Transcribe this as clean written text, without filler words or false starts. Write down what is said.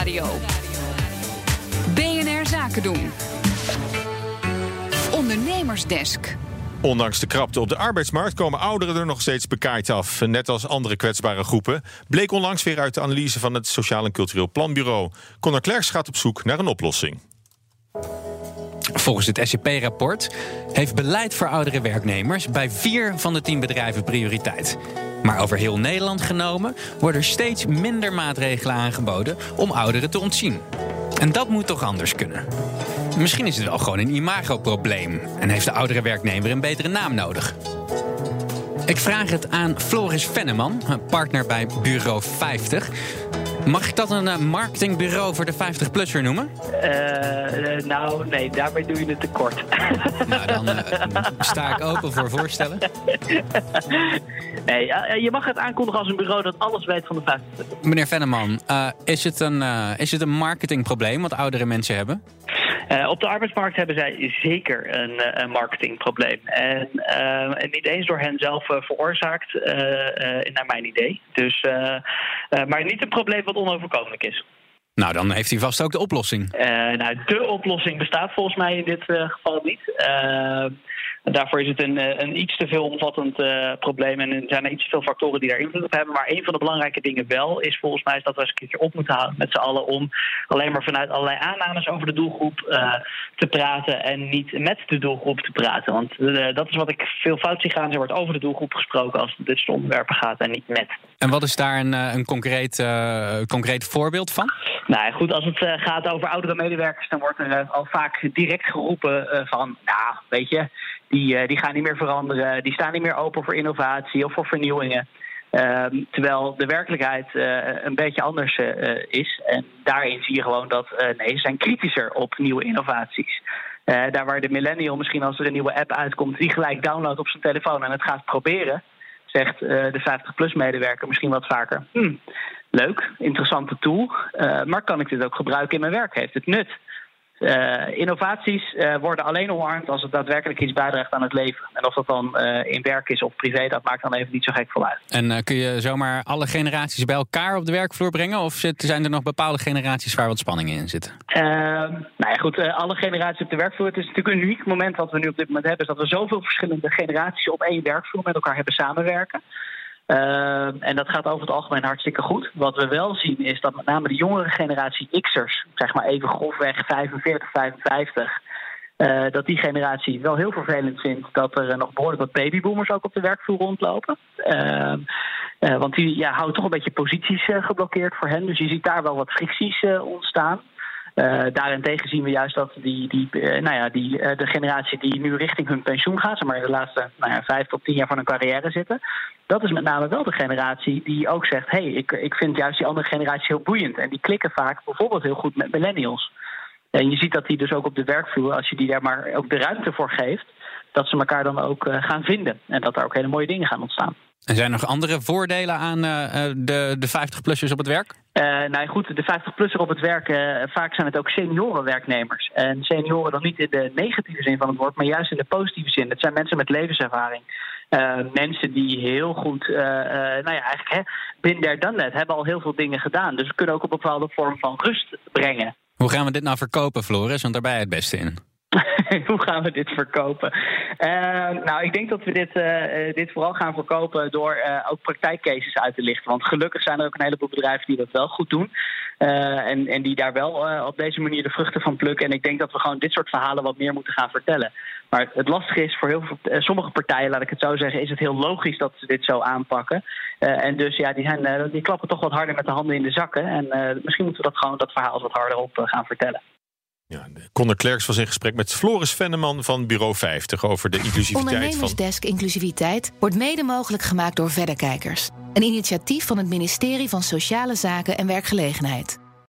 Nieuwsradio. BNR Zaken doen. Ondernemersdesk. Ondanks de krapte op de arbeidsmarkt komen ouderen er nog steeds bekaaid af. Net als andere kwetsbare groepen. Bleek onlangs weer uit de analyse van het Sociaal en Cultureel Planbureau. Conor Klerks gaat op zoek naar een oplossing. Volgens het SCP-rapport heeft beleid voor oudere werknemers bij 4 van de 10 bedrijven prioriteit. Maar over heel Nederland genomen worden er steeds minder maatregelen aangeboden om ouderen te ontzien. En dat moet toch anders kunnen? Misschien is het wel gewoon een imagoprobleem en heeft de oudere werknemer een betere naam nodig. Ik vraag het aan Floris Venneman, partner bij Bureau 50. Mag ik dat een marketingbureau voor de 50-plusser noemen? Nou, nee, daarmee doe je het tekort. Nou, dan sta ik open voor voorstellen. Nee, je mag het aankondigen als een bureau dat alles weet van de 50-plusser. Meneer Venneman, is het een marketingprobleem wat oudere mensen hebben? Op de arbeidsmarkt hebben zij zeker een marketingprobleem. En niet eens door hen zelf veroorzaakt, naar mijn idee. Dus, maar niet een probleem wat onoverkomelijk is. Nou, dan heeft hij vast ook de oplossing. De oplossing bestaat volgens mij in dit geval niet. Daarvoor is het een iets te veel omvattend probleem en er zijn er iets te veel factoren die daar invloed op hebben. Maar een van de belangrijke dingen wel is volgens mij dat we eens een keertje op moeten houden met z'n allen om alleen maar vanuit allerlei aannames over de doelgroep te praten en niet met de doelgroep te praten. Want dat is wat ik veel fout zie gaan. Er wordt over de doelgroep gesproken als het dit soort onderwerpen gaat en niet met. En wat is daar een concreet voorbeeld van? Nou goed, als het gaat over oudere medewerkers, dan wordt er al vaak direct geroepen van, nou, weet je, die gaan niet meer veranderen, die staan niet meer open voor innovatie of voor vernieuwingen. Terwijl de werkelijkheid een beetje anders is. En daarin zie je gewoon dat ze zijn kritischer op nieuwe innovaties. Daar waar de millennial misschien als er een nieuwe app uitkomt, die gelijk downloadt op zijn telefoon en het gaat proberen, zegt de 50-plus medewerker misschien wat vaker. Leuk, interessante tool, maar kan ik dit ook gebruiken in mijn werk? Heeft het nut? Innovaties worden alleen omarmd als het daadwerkelijk iets bijdraagt aan het leven. En of dat dan in werk is of privé, dat maakt dan even niet zo gek veel uit. En kun je zomaar alle generaties bij elkaar op de werkvloer brengen? Of zijn er nog bepaalde generaties waar wat spanningen in zitten? Alle generaties op de werkvloer. Het is natuurlijk een uniek moment wat we nu op dit moment hebben, is dat we zoveel verschillende generaties op één werkvloer met elkaar hebben samenwerken. En dat gaat over het algemeen hartstikke goed. Wat we wel zien is dat met name de jongere generatie X'ers, zeg maar even grofweg 45, 55... dat die generatie wel heel vervelend vindt dat er nog behoorlijk wat babyboomers ook op de werkvloer rondlopen. Want die houden toch een beetje posities geblokkeerd voor hen. Dus je ziet daar wel wat fricties ontstaan. Daarentegen zien we juist dat de generatie die nu richting hun pensioen gaat, zeg maar in de laatste 5 tot 10 jaar van hun carrière zitten, dat is met name wel de generatie die ook zegt, ik vind juist die andere generatie heel boeiend. En die klikken vaak bijvoorbeeld heel goed met millennials. En je ziet dat die dus ook op de werkvloer, als je die daar maar ook de ruimte voor geeft, dat ze elkaar dan ook gaan vinden. En dat daar ook hele mooie dingen gaan ontstaan. En zijn er nog andere voordelen aan de 50-plussers op het werk? De 50-plusser op het werk, vaak zijn het ook seniorenwerknemers. En senioren dan niet in de negatieve zin van het woord, maar juist in de positieve zin. Het zijn mensen met levenservaring. Mensen die heel goed, been there, done that, hebben al heel veel dingen gedaan. Dus we kunnen ook een bepaalde vorm van rust brengen. Hoe gaan we dit nou verkopen, Floris? Want daar ben je het beste in. Hoe gaan we dit verkopen? Ik denk dat we dit vooral gaan verkopen door ook praktijkcases uit te lichten. Want gelukkig zijn er ook een heleboel bedrijven die dat wel goed doen. En die daar wel op deze manier de vruchten van plukken. En ik denk dat we gewoon dit soort verhalen wat meer moeten gaan vertellen. Maar het lastige is, voor sommige partijen, laat ik het zo zeggen, is het heel logisch dat ze dit zo aanpakken. En dus die klappen toch wat harder met de handen in de zakken. En misschien moeten we dat verhaal eens wat harder op gaan vertellen. Ja, Conor Klerks was in gesprek met Floris Venneman van Bureau 50 over de inclusiviteit. Ondernemersdesk Inclusiviteit wordt mede mogelijk gemaakt door Verderkijkers. Een initiatief van het ministerie van Sociale Zaken en Werkgelegenheid.